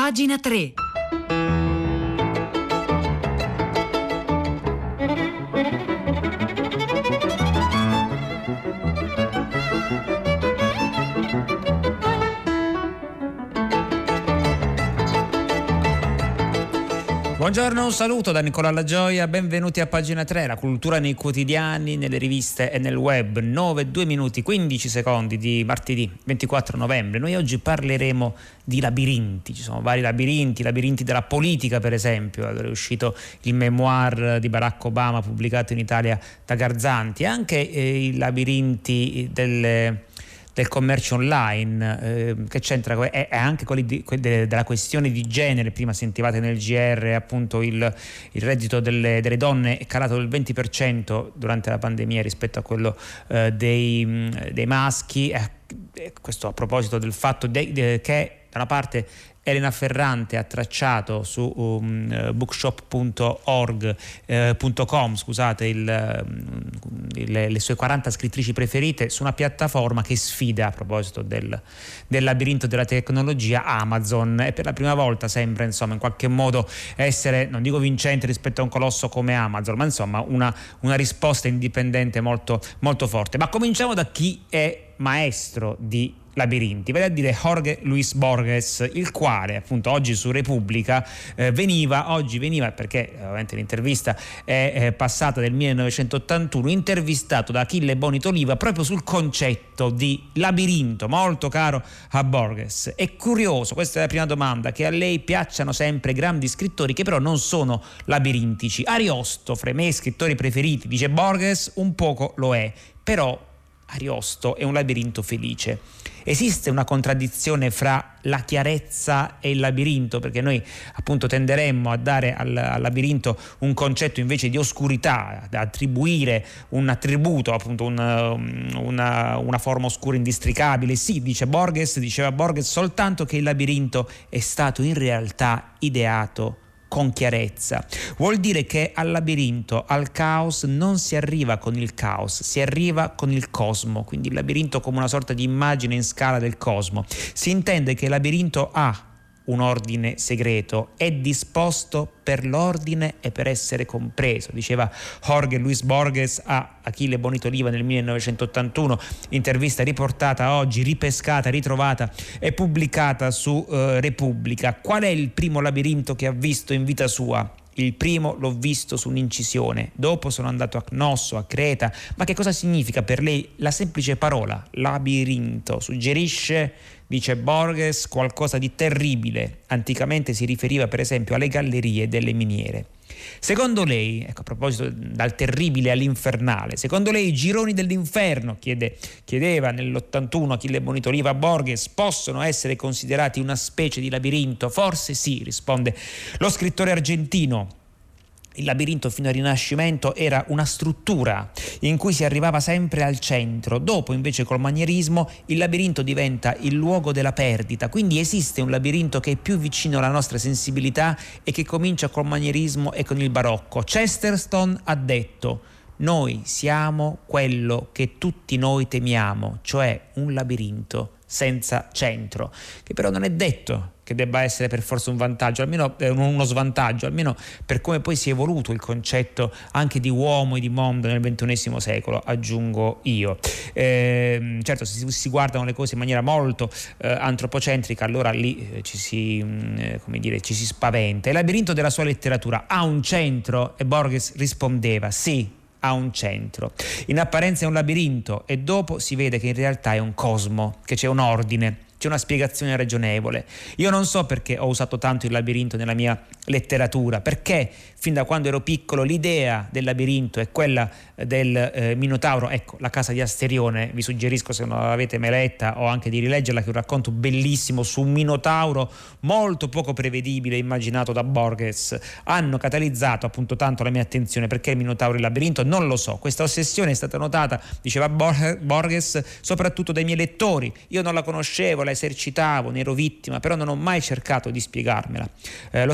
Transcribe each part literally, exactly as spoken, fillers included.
Pagina tre. Buongiorno, un saluto da Nicola Lagioia, benvenuti a Pagina tre, la cultura nei quotidiani, nelle riviste e nel web. nove, due minuti, quindici secondi di martedì ventiquattro novembre. Noi oggi parleremo di labirinti, ci sono vari labirinti, labirinti della politica per esempio. Allora è uscito il memoir di Barack Obama pubblicato in Italia da Garzanti, anche eh, i labirinti delle... del commercio online, eh, che c'entra, è, è anche quelli di, de, della questione di genere. Prima sentivate nel G R appunto il, il reddito delle, delle donne è calato del venti per cento durante la pandemia rispetto a quello eh, dei, dei maschi, eh, questo a proposito del fatto de, de, che da una parte Elena Ferrante ha tracciato su um, bookshop punto org punto com, scusate, il, il, le sue quaranta scrittrici preferite su una piattaforma che sfida, a proposito del, del labirinto della tecnologia, Amazon, e per la prima volta sembra insomma in qualche modo essere, non dico vincente rispetto a un colosso come Amazon, ma insomma una, una risposta indipendente molto, molto forte. Ma cominciamo da chi è maestro di labirinti, vale a dire Jorge Luis Borges, il quale appunto oggi su Repubblica eh, veniva, oggi veniva perché ovviamente l'intervista è, è passata del millenovecentottantuno, intervistato da Achille Bonito-Oliva proprio sul concetto di labirinto, molto caro a Borges. È curioso, questa è la prima domanda, che a lei piacciono sempre grandi scrittori che però non sono labirintici. Ariosto, fra i miei scrittori preferiti, dice Borges, un poco lo è, però Ariosto è un labirinto felice. Esiste una contraddizione fra la chiarezza e il labirinto, perché noi appunto tenderemmo a dare al, al labirinto un concetto invece di oscurità, da attribuire un attributo, appunto un, una, una forma oscura indistricabile. Sì, dice Borges, diceva Borges, soltanto che il labirinto è stato in realtà ideato con chiarezza. Vuol dire che al labirinto, al caos, non si arriva con il caos, si arriva con il cosmo, quindi il labirinto come una sorta di immagine in scala del cosmo. Si intende che il labirinto ha un ordine segreto, è disposto per l'ordine e per essere compreso, diceva Jorge Luis Borges a Achille Bonito-Oliva nel millenovecentottantuno, intervista riportata oggi, ripescata, ritrovata e pubblicata su eh, Repubblica. Qual è il primo labirinto che ha visto in vita sua? Il primo l'ho visto su un'incisione, dopo sono andato a Cnosso, a Creta. Ma che cosa significa per lei la semplice parola labirinto? Suggerisce, dice Borges, qualcosa di terribile. Anticamente si riferiva per esempio alle gallerie delle miniere. Secondo lei, ecco, a proposito dal terribile all'infernale, secondo lei i gironi dell'inferno, chiede, chiedeva nell'ottantuno Achille Bonito-Oliva a Borges, possono essere considerati una specie di labirinto? Forse sì, risponde lo scrittore argentino. Il labirinto fino al Rinascimento era una struttura in cui si arrivava sempre al centro. Dopo invece col manierismo il labirinto diventa il luogo della perdita. Quindi esiste un labirinto che è più vicino alla nostra sensibilità e che comincia col manierismo e con il barocco. Chesterton ha detto: noi siamo quello che tutti noi temiamo, cioè un labirinto senza centro, che però non è detto che debba essere per forza un vantaggio, almeno eh, uno svantaggio, almeno per come poi si è evoluto il concetto anche di uomo e di mondo nel ventunesimo secolo, aggiungo io. Eh, certo, se si, si guardano le cose in maniera molto eh, antropocentrica, allora lì eh, ci si, mh, come dire, ci si spaventa. Il labirinto della sua letteratura ha un centro? E Borges rispondeva sì, ha un centro. In apparenza è un labirinto e dopo si vede che in realtà è un cosmo, che c'è un ordine, c'è una spiegazione ragionevole. Io non so perché ho usato tanto il labirinto nella mia letteratura, perché fin da quando ero piccolo l'idea del labirinto è quella del eh, Minotauro. Ecco, La casa di Asterione, vi suggerisco, se non l'avete mai letta o anche di rileggerla, che è un racconto bellissimo su un Minotauro molto poco prevedibile immaginato da Borges. Hanno catalizzato appunto tanto la mia attenzione. Perché il Minotauro e il labirinto? Non lo so. Questa ossessione è stata notata, diceva Borges, soprattutto dai miei lettori. Io non la conoscevo, la esercitavo, ne ero vittima, però non ho mai cercato di spiegarmela. Eh, lo sa che io non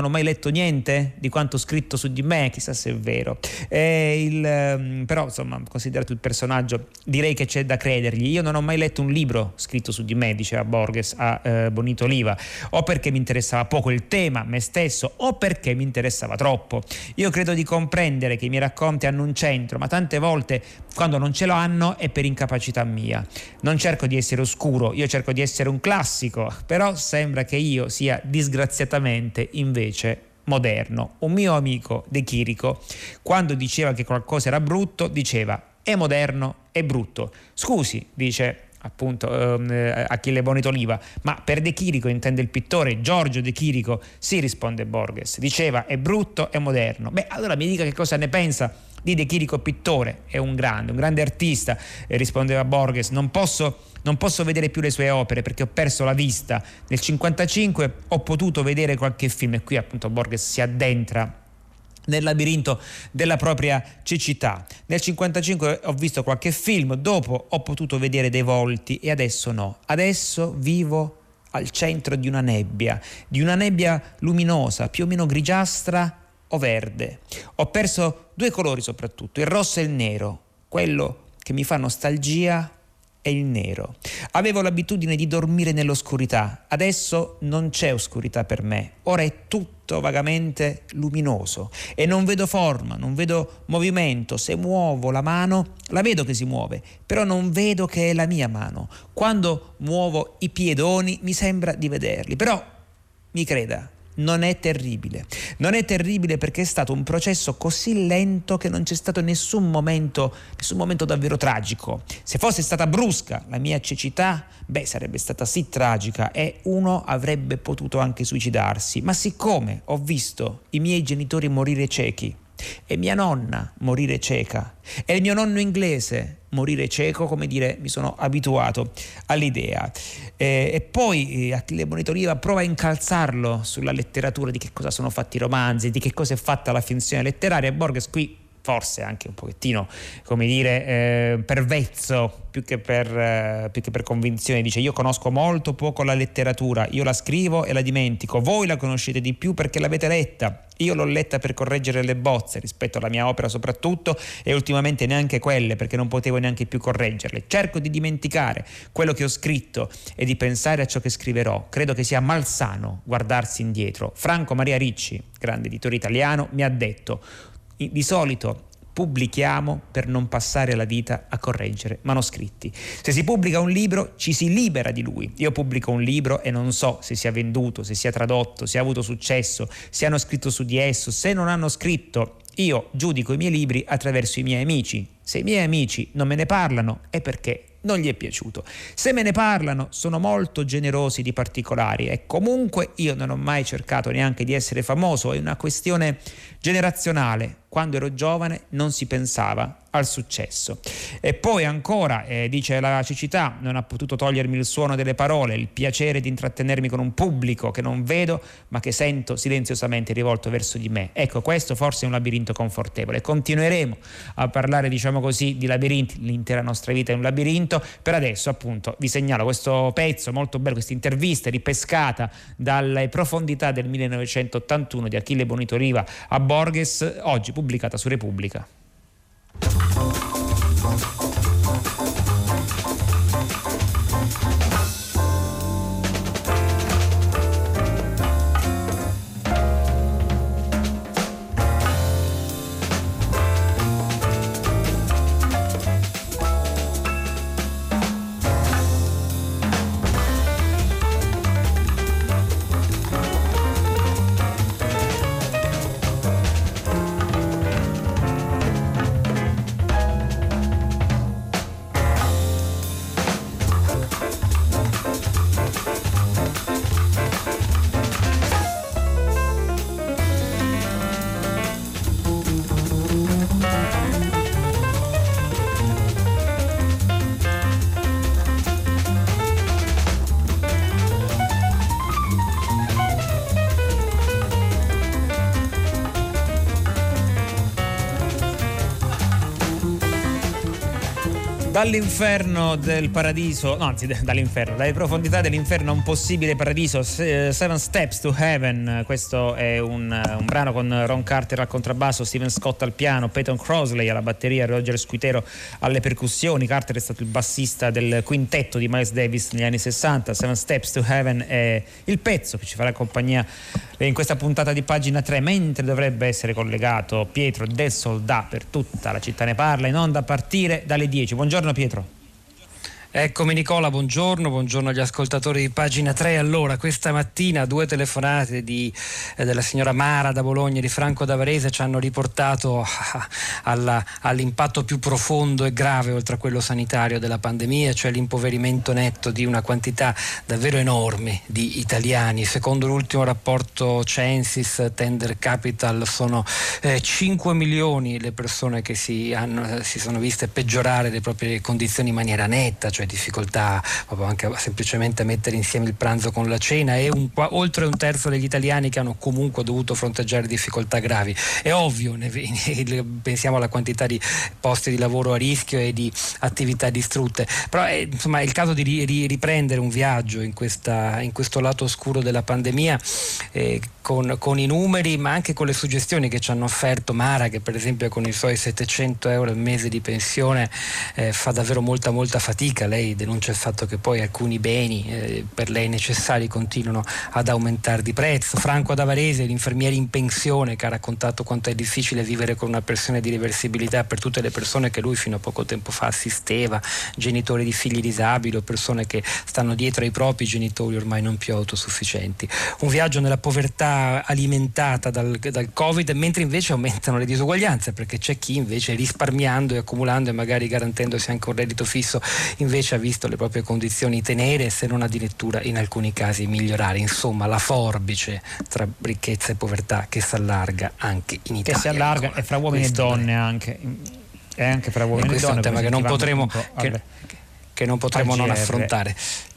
non ho mai letto niente di quanto scritto su di me, chissà se è vero. Eh, il, però insomma, considerato il personaggio, direi che c'è da credergli. Io non ho mai letto un libro scritto su di me, diceva Borges a eh, Bonito Oliva, o perché mi interessava poco il tema, me stesso, o perché mi interessava troppo. Io credo di comprendere che i miei racconti hanno un centro, ma tante volte quando non ce lo hanno è per incapacità mia. Non cerco di essere oscuro, io cerco di essere un classico, però sembra che io sia disgraziatamente invece moderno. Un mio amico De Chirico, quando diceva che qualcosa era brutto, diceva è moderno, è brutto. Scusi, dice appunto eh, Achille Bonito Oliva, ma per De Chirico intende il pittore Giorgio De Chirico? Sì, risponde Borges, diceva è brutto, è moderno. Beh, allora mi dica che cosa ne pensa di De Chirico pittore. È un grande, un grande artista, eh, rispondeva Borges. Non posso Non posso vedere più le sue opere perché ho perso la vista. Nel cinquantacinque ho potuto vedere qualche film, e qui appunto Borges si addentra nel labirinto della propria cecità. Nel cinquantacinque ho visto qualche film, dopo ho potuto vedere dei volti e adesso no. Adesso vivo al centro di una nebbia, di una nebbia luminosa, più o meno grigiastra o verde. Ho perso due colori soprattutto, il rosso e il nero. Quello che mi fa nostalgia è il nero. Avevo l'abitudine di dormire nell'oscurità, adesso non c'è oscurità per me, ora è tutto vagamente luminoso e non vedo forma, non vedo movimento. Se muovo la mano la vedo che si muove, però non vedo che è la mia mano. Quando muovo i piedoni mi sembra di vederli, però mi creda, non è terribile. Non è terribile perché è stato un processo così lento che non c'è stato nessun momento, nessun momento davvero tragico. Se fosse stata brusca la mia cecità, beh, sarebbe stata sì tragica e uno avrebbe potuto anche suicidarsi. Ma siccome ho visto i miei genitori morire ciechi e mia nonna morire cieca e il mio nonno inglese morire cieco, come dire, mi sono abituato all'idea. Eh, e poi eh, Achille Bonito Oliva prova a incalzarlo sulla letteratura, di che cosa sono fatti i romanzi, di che cosa è fatta la finzione letteraria, e Borges qui forse anche un pochettino, come dire, eh, per vezzo più che per, eh, più che per convinzione, dice: io conosco molto poco la letteratura, io la scrivo e la dimentico, voi la conoscete di più perché l'avete letta, io l'ho letta per correggere le bozze rispetto alla mia opera soprattutto, e ultimamente neanche quelle perché non potevo neanche più correggerle. Cerco di dimenticare quello che ho scritto e di pensare a ciò che scriverò. Credo che sia malsano guardarsi indietro. Franco Maria Ricci, grande editore italiano, mi ha detto: di solito pubblichiamo per non passare la vita a correggere manoscritti. Se si pubblica un libro ci si libera di lui. Io pubblico un libro e non so se sia venduto, se sia tradotto, se ha avuto successo, se hanno scritto su di esso, se non hanno scritto. Io giudico i miei libri attraverso i miei amici. Se i miei amici non me ne parlano è perché non gli è piaciuto. Se me ne parlano sono molto generosi di particolari e comunque io non ho mai cercato neanche di essere famoso, è una questione generazionale. Quando ero giovane non si pensava al successo. E poi ancora, eh, dice la cecità, non ha potuto togliermi il suono delle parole, il piacere di intrattenermi con un pubblico che non vedo ma che sento silenziosamente rivolto verso di me. Ecco, questo forse è un labirinto confortevole. Continueremo a parlare, diciamo così, di labirinti, l'intera nostra vita è un labirinto. Per adesso appunto vi segnalo questo pezzo molto bello, questa intervista ripescata dalle profondità del millenovecentottantuno di Achille Bonito Oliva a Borges, oggi pubblicata su Repubblica. Dall'inferno del paradiso, no anzi dall'inferno, dalle profondità dell'inferno a un possibile paradiso, Seven Steps to Heaven. Questo è un, un brano con Ron Carter al contrabbasso, Steven Scott al piano, Peyton Crosley alla batteria, Roger Squitero alle percussioni. Carter è stato il bassista del quintetto di Miles Davis negli anni sessanta. Seven Steps to Heaven è il pezzo che ci farà compagnia in questa puntata di Pagina tre, mentre dovrebbe essere collegato Pietro del Soldà per tutta la città ne parla, in onda a partire dalle dieci. Buongiorno Pietro. Eccomi Nicola, buongiorno, buongiorno agli ascoltatori di Pagina tre. Allora, questa mattina due telefonate di, eh, della signora Mara da Bologna e di Franco da Varese ci hanno riportato ah, alla, all'impatto più profondo e grave, oltre a quello sanitario, della pandemia, cioè l'impoverimento netto di una quantità davvero enorme di italiani. Secondo l'ultimo rapporto Censis Tender Capital sono eh, cinque milioni le persone che si, hanno, si sono viste peggiorare le proprie condizioni in maniera netta, cioè difficoltà proprio anche semplicemente a mettere insieme il pranzo con la cena, e un, oltre un terzo degli italiani che hanno comunque dovuto fronteggiare difficoltà gravi. È ovvio, ne, ne, pensiamo alla quantità di posti di lavoro a rischio e di attività distrutte, però è, insomma, è il caso di ri, riprendere un viaggio in, questa, in questo lato oscuro della pandemia, eh, con, con i numeri ma anche con le suggestioni che ci hanno offerto Mara, che per esempio con i suoi settecento euro al mese di pensione eh, fa davvero molta molta fatica. Lei denuncia il fatto che poi alcuni beni eh, per lei necessari continuano ad aumentare di prezzo. Franco da Varese, l'infermiere in pensione, che ha raccontato quanto è difficile vivere con una pensione di reversibilità per tutte le persone che lui fino a poco tempo fa assisteva, genitori di figli disabili o persone che stanno dietro ai propri genitori ormai non più autosufficienti. Un viaggio nella povertà alimentata dal, dal Covid, mentre invece aumentano le disuguaglianze, perché c'è chi invece risparmiando e accumulando e magari garantendosi anche un reddito fisso invece ha visto le proprie condizioni tenere, se non addirittura in alcuni casi migliorare. Insomma, la forbice tra ricchezza e povertà che si allarga anche in Italia. Che si allarga ancora. E fra uomini Questo e donne è... anche. E anche fra uomini e, questo donne. Questo è un tema che non potremo, che, che non potremo non affrontare.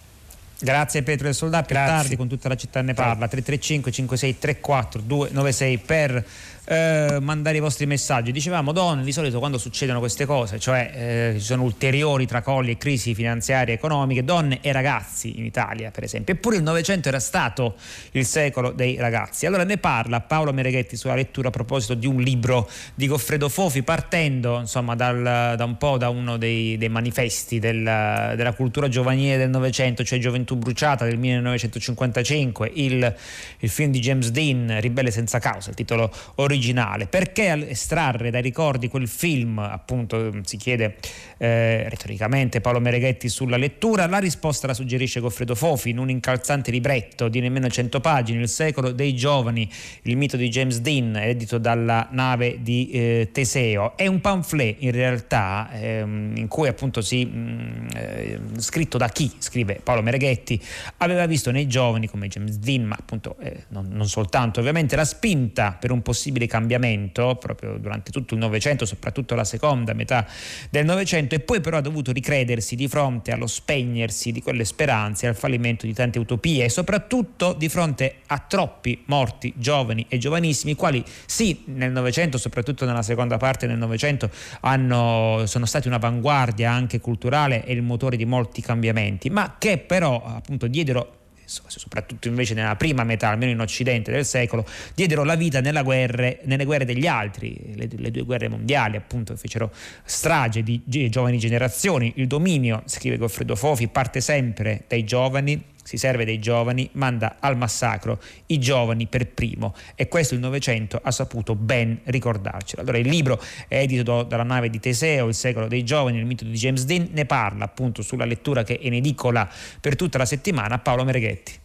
Grazie Pietro del Soldà, più Grazie. tardi con tutta la città ne parla. Tre tre cinque cinque sei tre quattro due nove sei per eh, mandare i vostri messaggi. Dicevamo, donne, di solito quando succedono queste cose, cioè eh, ci sono ulteriori tracolli e crisi finanziarie e economiche, donne e ragazzi in Italia per esempio. Eppure il Novecento era stato il secolo dei ragazzi. Allora ne parla Paolo Mereghetti sulla lettura a proposito di un libro di Goffredo Fofi, partendo insomma dal, da un po' da uno dei, dei manifesti del, della cultura giovanile del Novecento, cioè Gioventù bruciata del millenovecentocinquantacinque, il, il film di James Dean, Ribelle senza causa, il titolo originale. Perché estrarre dai ricordi quel film, appunto si chiede eh, retoricamente Paolo Mereghetti sulla lettura. La risposta la suggerisce Goffredo Fofi in un incalzante libretto di nemmeno cento pagine, Il secolo dei giovani, il mito di James Dean, edito dalla nave di eh, Teseo. È un pamphlet in realtà ehm, in cui appunto si mh, eh, scritto da chi, scrive Paolo Mereghetti, aveva visto nei giovani come James Dean, ma appunto eh, non, non soltanto ovviamente, la spinta per un possibile cambiamento proprio durante tutto il Novecento, soprattutto la seconda metà del Novecento, e poi però ha dovuto ricredersi di fronte allo spegnersi di quelle speranze, al fallimento di tante utopie e soprattutto di fronte a troppi morti giovani e giovanissimi, i quali sì nel Novecento, soprattutto nella seconda parte del Novecento, hanno, sono stati un'avanguardia anche culturale e il motore di molti cambiamenti, ma che però appunto diedero, soprattutto invece nella prima metà, almeno in Occidente del secolo, diedero la vita nella guerre, nelle guerre degli altri, le, le due guerre mondiali appunto fecero strage di, di giovani generazioni. Il dominio, scrive Goffredo Fofi, parte sempre dai giovani, si serve dei giovani, manda al massacro i giovani per primo, e questo il Novecento ha saputo ben ricordarcelo. Allora il libro è edito dalla nave di Teseo, Il secolo dei giovani, il mito di James Dean, ne parla appunto sulla lettura che è in edicola per tutta la settimana Paolo Mereghetti.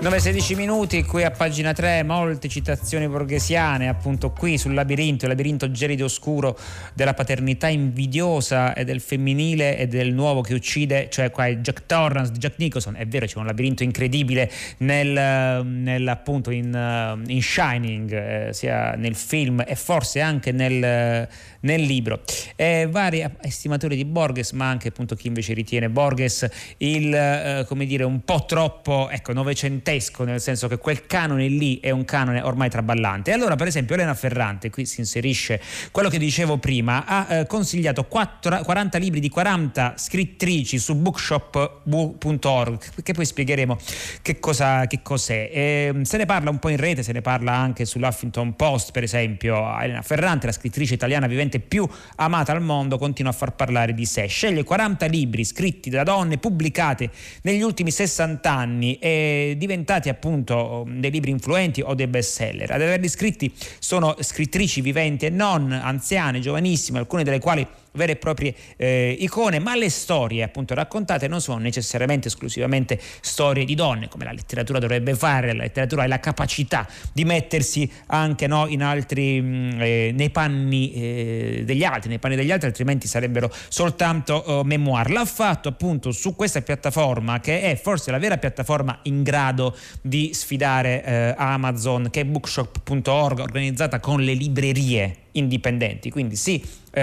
nove e sedici minuti qui a pagina tre, molte citazioni borghesiane appunto qui sul labirinto, il labirinto gelido e oscuro della paternità invidiosa e del femminile e del nuovo che uccide, cioè qua è Jack Torrance di Jack Nicholson. È vero, c'è un labirinto incredibile nel, nel appunto in, in Shining, eh, sia nel film e forse anche nel, nel libro. Eh, vari estimatori di Borges, ma anche appunto chi invece ritiene Borges il eh, come dire un po' troppo ecco novecentesco, nel senso che quel canone lì è un canone ormai traballante. E allora per esempio Elena Ferrante, qui si inserisce quello che dicevo prima, ha eh, consigliato quattro, quaranta libri di quaranta scrittrici su bookshop punto org, che poi spiegheremo che cosa che cos'è. E, se ne parla un po' in rete, se ne parla anche sull'Huffington Post per esempio. Elena Ferrante, la scrittrice italiana vivente più amata al mondo, continua a far parlare di sé. Sceglie quaranta libri scritti da donne pubblicate negli ultimi sessanta anni e diventati appunto dei libri influenti o dei bestseller. Ad averli scritti sono scrittrici viventi e non, anziane, giovanissime, alcune delle quali vere e proprie eh, icone, ma le storie appunto raccontate non sono necessariamente esclusivamente storie di donne, come la letteratura dovrebbe fare. La letteratura ha la capacità di mettersi anche no, in altri mh, eh, nei panni eh, degli altri, nei panni degli altri, altrimenti sarebbero soltanto uh, memoir. L'ha fatto appunto su questa piattaforma, che è forse la vera piattaforma in grado di sfidare eh, Amazon, che è bookshop punto org, organizzata con le librerie indipendenti, quindi sì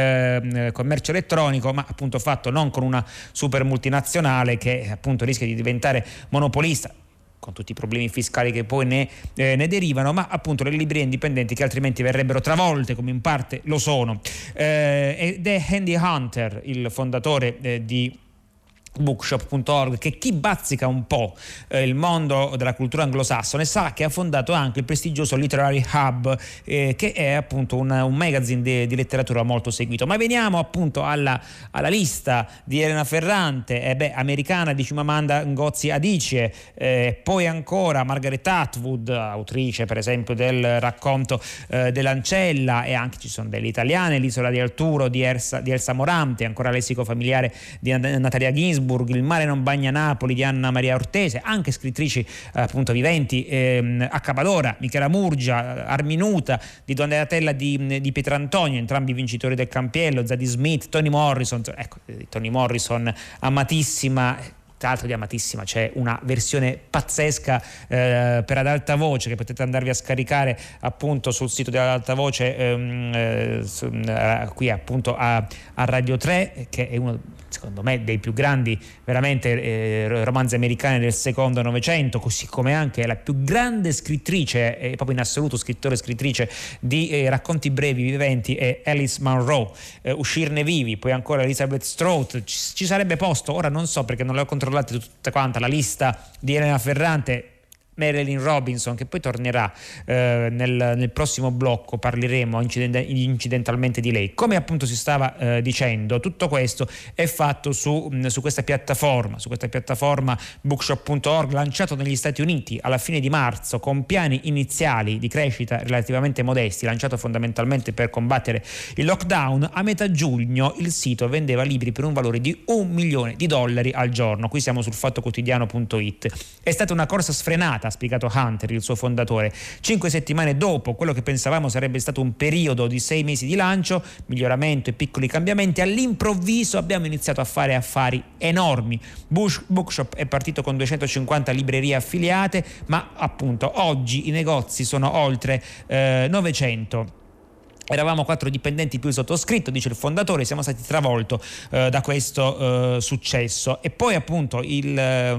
eh, commercio elettronico, ma appunto fatto non con una super multinazionale che appunto rischia di diventare monopolista, con tutti i problemi fiscali che poi ne, eh, ne derivano, ma appunto le librerie indipendenti che altrimenti verrebbero travolte, come in parte lo sono. Eh, ed è Andy Hunter, il fondatore eh, di bookshop punto org, che chi bazzica un po' eh, il mondo della cultura anglosassone sa che ha fondato anche il prestigioso Literary Hub, eh, che è appunto un, un magazine di, di letteratura molto seguito. Ma veniamo appunto alla, alla lista di Elena Ferrante, eh beh, americana di Chimamanda Ngozi Adichie, eh, poi ancora Margaret Atwood, autrice per esempio del racconto eh, dell'ancella, e anche ci sono delle italiane, L'isola di Arturo di Elsa, di Elsa Morante, ancora Lessico familiare di Natalia Ginsburg, Il mare non bagna Napoli di Anna Maria Ortese, anche scrittrici appunto viventi, ehm, Accapadora, Michela Murgia, Arminuta di Donatella di, di Pietrantonio, entrambi vincitori del Campiello, Zadie Smith, Toni Morrison, ecco, Toni Morrison amatissima. Tra l'altro di amatissima c'è una versione pazzesca eh, per Ad Alta Voce, che potete andarvi a scaricare appunto sul sito di Ad Alta Voce, ehm, eh, su, eh, qui appunto a, a Radio tre, che è uno secondo me dei più grandi veramente eh, romanzi americani del secondo Novecento, così come anche la più grande scrittrice, eh, proprio in assoluto scrittore e scrittrice di eh, racconti brevi viventi, è Alice Munro. eh, Uscirne vivi, poi ancora Elizabeth Strout. Ci, ci sarebbe posto, ora non so perché non le ho controllate tutta quanta, la lista di Elena Ferrante, Marilyn Robinson, che poi tornerà eh, nel, nel prossimo blocco, parleremo incident- incidentalmente di lei. Come appunto si stava eh, dicendo, tutto questo è fatto su, mh, su questa piattaforma, su questa piattaforma bookshop punto org, lanciato negli Stati Uniti alla fine di marzo, con piani iniziali di crescita relativamente modesti, lanciato fondamentalmente per combattere il lockdown. A metà giugno il sito vendeva libri per un valore di un milione di dollari al giorno. Qui siamo sul fattoquotidiano punto it. È stata una corsa sfrenata, ha spiegato Hunter, il suo fondatore. Cinque settimane dopo quello che pensavamo sarebbe stato un periodo di sei mesi di lancio, miglioramento e piccoli cambiamenti, all'improvviso abbiamo iniziato a fare affari enormi. Bush, Bookshop è partito con duecentocinquanta librerie affiliate, ma appunto oggi i negozi sono oltre eh, novecento. Eravamo quattro dipendenti più il sottoscritto, dice il fondatore, siamo stati travolti eh, da questo eh, successo. E poi appunto il...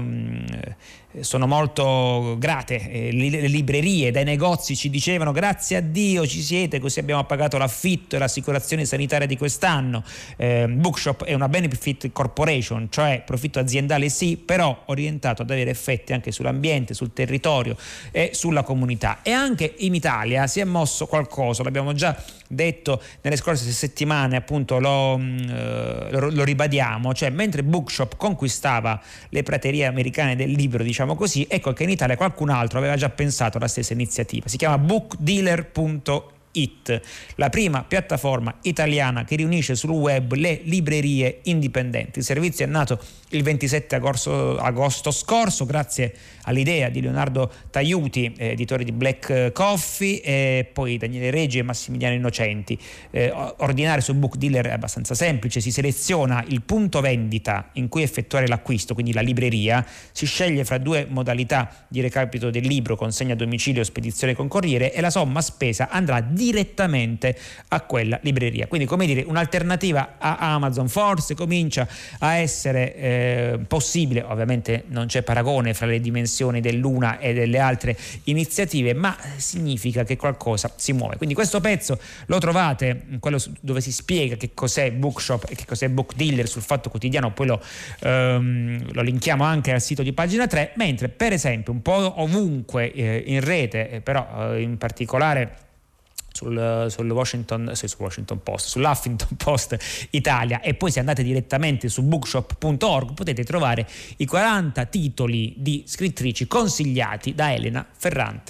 Eh, sono molto grate eh, le librerie, dai negozi ci dicevano grazie a Dio ci siete, così abbiamo pagato l'affitto e l'assicurazione sanitaria di quest'anno. eh, Bookshop è una benefit corporation, cioè profitto aziendale sì, però orientato ad avere effetti anche sull'ambiente, sul territorio e sulla comunità. E anche in Italia si è mosso qualcosa, l'abbiamo già detto nelle scorse settimane, appunto lo, eh, lo, lo ribadiamo, cioè mentre Bookshop conquistava le praterie americane del libro, diciamo così, ecco che in Italia qualcun altro aveva già pensato alla stessa iniziativa. Si chiama book dealer punto It, la prima piattaforma italiana che riunisce sul web le librerie indipendenti. Il servizio è nato il ventisette agosto, agosto scorso grazie all'idea di Leonardo Taiuti, eh, editore di Black Coffee, e poi Daniele Reggi e Massimiliano Innocenti. Eh, ordinare su Book Dealer è abbastanza semplice, si seleziona il punto vendita in cui effettuare l'acquisto, quindi la libreria, si sceglie fra due modalità di recapito del libro, consegna a domicilio o spedizione con corriere, e la somma spesa andrà direttamente a quella libreria. Quindi, come dire, un'alternativa a Amazon forse comincia a essere eh, possibile. Ovviamente non c'è paragone fra le dimensioni dell'una e delle altre iniziative, ma significa che qualcosa si muove. Quindi questo pezzo lo trovate, quello dove si spiega che cos'è Bookshop e che cos'è Book Dealer, sul Fatto Quotidiano, poi lo, ehm, lo linkiamo anche al sito di Pagina tre, mentre per esempio un po' ovunque eh, in rete, eh, però eh, in particolare sul, sul Washington, sì, su Washington Post, sull'Huffington Post Italia, e poi se andate direttamente su bookshop punto org potete trovare i quaranta titoli di scrittrici consigliati da Elena Ferrante.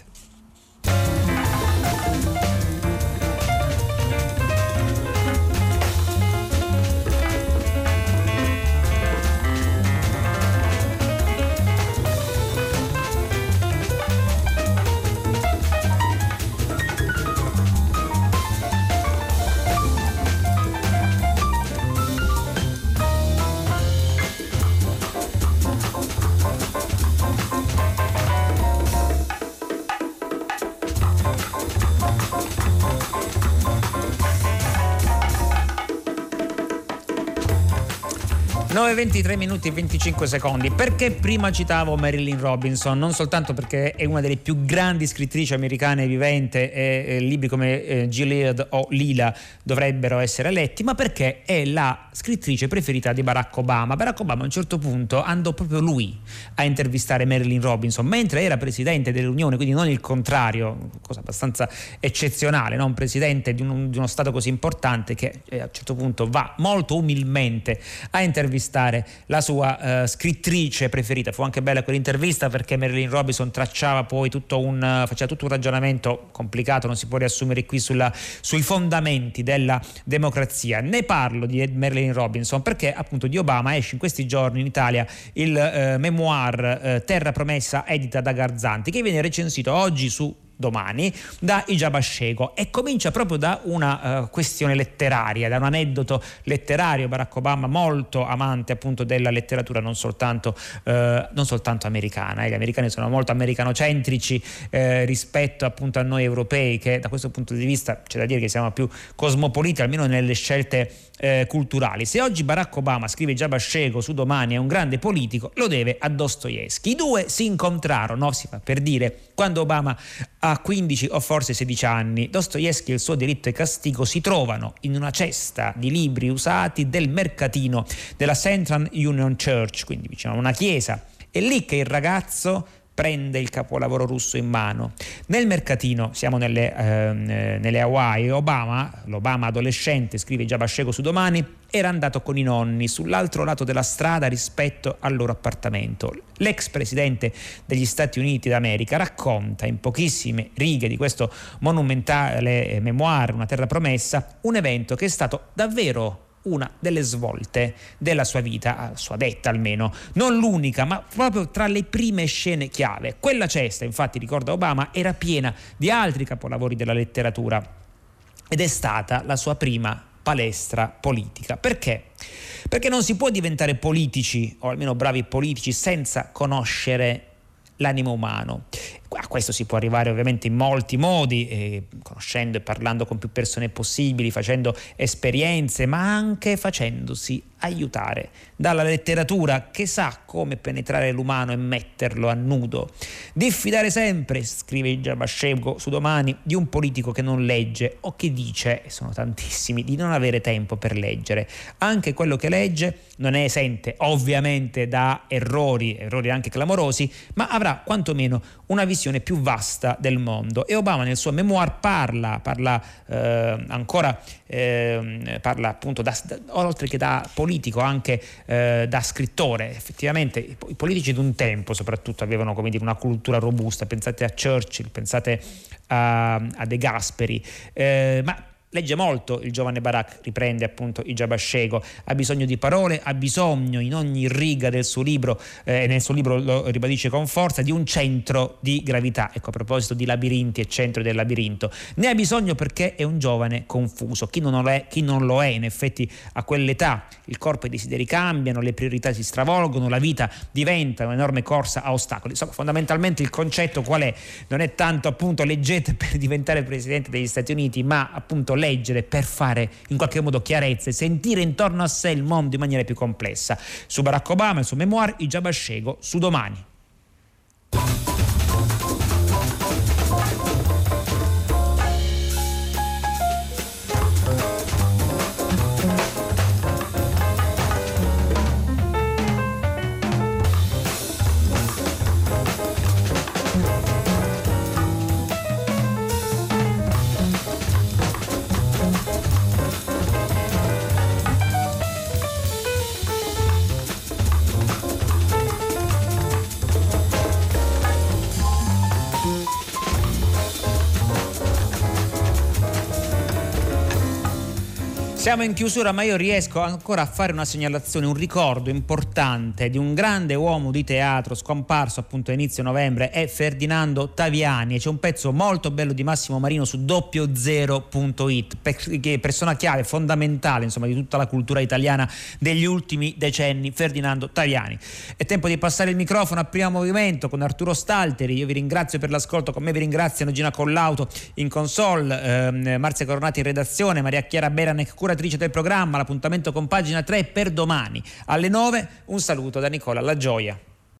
nove e ventitré minuti e venticinque secondi. Perché prima citavo Marilynne Robinson? Non soltanto perché è una delle più grandi scrittrici americane vivente e eh, libri come eh, Gilead o Lila dovrebbero essere letti, ma perché è la scrittrice preferita di Barack Obama. Barack Obama a un certo punto andò proprio lui a intervistare Marilynne Robinson mentre era presidente dell'Unione, quindi non il contrario, cosa abbastanza eccezionale, no? Un presidente di, un, di uno stato così importante che eh, a un certo punto va molto umilmente a intervistare la sua uh, scrittrice preferita. Fu anche bella quell'intervista perché Marilynne Robinson tracciava poi tutto un uh, faceva tutto un ragionamento complicato, non si può riassumere qui, sulla, sui fondamenti della democrazia. Ne parlo di Marilynne Robinson perché appunto di Obama esce in questi giorni in Italia il uh, memoir uh, Terra Promessa, edita da Garzanti, che viene recensito oggi su Domani da Ijaba Shego, e comincia proprio da una uh, questione letteraria, da un aneddoto letterario. Barack Obama molto amante appunto della letteratura non soltanto, uh, non soltanto americana, eh. Gli americani sono molto americanocentrici eh, rispetto appunto a noi europei, che da questo punto di vista c'è da dire che siamo più cosmopoliti, almeno nelle scelte eh, culturali. Se oggi Barack Obama, scrive Ijaba Shego su Domani, è un grande politico, lo deve a Dostoevsky. I due si incontrarono, si fa per dire, quando Obama a quindici o forse sedici anni. Dostoevsky e il suo Diritto e Castigo si trovano in una cesta di libri usati del mercatino della Central Union Church, quindi vicino a una chiesa. È lì che il ragazzo prende il capolavoro russo in mano. Nel mercatino, siamo nelle, eh, nelle Hawaii, Obama, l'Obama adolescente, scrive Ijaba Shego su Domani, era andato con i nonni sull'altro lato della strada rispetto al loro appartamento. L'ex presidente degli Stati Uniti d'America racconta in pochissime righe di questo monumentale memoir, Una terra promessa, un evento che è stato davvero una delle svolte della sua vita, a sua detta almeno, non l'unica, ma proprio tra le prime scene chiave. Quella cesta, infatti, ricorda Obama, era piena di altri capolavori della letteratura ed è stata la sua prima palestra politica. Perché? Perché non si può diventare politici, o almeno bravi politici, senza conoscere l'animo umano. A questo si può arrivare ovviamente in molti modi, eh, conoscendo e parlando con più persone possibili, facendo esperienze, ma anche facendosi aiutare dalla letteratura che sa come penetrare l'umano e metterlo a nudo. Diffidare sempre, scrive Ijaba Shego su Domani, di un politico che non legge o che dice, e sono tantissimi, di non avere tempo per leggere. Anche quello che legge non è esente ovviamente da errori, errori anche clamorosi, ma avrà quantomeno una visione nazione più vasta del mondo. E Obama nel suo memoir parla, parla eh, ancora, eh, parla appunto da, da, oltre che da politico anche eh, da scrittore. Effettivamente i, i politici di un tempo soprattutto avevano, come dire, una cultura robusta, pensate a Churchill, pensate a, a De Gasperi, eh, ma legge molto il giovane Barak, riprende appunto Ijaba Shego, ha bisogno di parole, ha bisogno in ogni riga del suo libro, e eh, nel suo libro lo ribadisce con forza, di un centro di gravità. Ecco, a proposito di labirinti e centro del labirinto, ne ha bisogno perché è un giovane confuso. Chi non lo è, chi non lo è in effetti a quell'età, il corpo e i desideri cambiano, le priorità si stravolgono, la vita diventa un'enorme corsa a ostacoli. Insomma, fondamentalmente il concetto qual è? Non è tanto appunto leggete per diventare presidente degli Stati Uniti, ma appunto leggere per fare in qualche modo chiarezza e sentire intorno a sé il mondo in maniera più complessa. Su Barack Obama, il suo memoir, Ijaba Shego, su Domani. Siamo in chiusura, ma io riesco ancora a fare una segnalazione, un ricordo importante di un grande uomo di teatro scomparso appunto a inizio novembre, è Ferdinando Taviani. C'è un pezzo molto bello di Massimo Marino su doppio zero punto it, persona chiave, fondamentale insomma di tutta la cultura italiana degli ultimi decenni, Ferdinando Taviani. È tempo di passare il microfono a Primo Movimento con Arturo Stalteri. Io vi ringrazio per l'ascolto, con me vi ringraziano Gina Collauto in console, ehm, Marzia Coronati in redazione, Maria Chiara Beranec, curatrice del programma. L'appuntamento con Pagina tre per domani alle nove. Un saluto da Nicola La Gioia.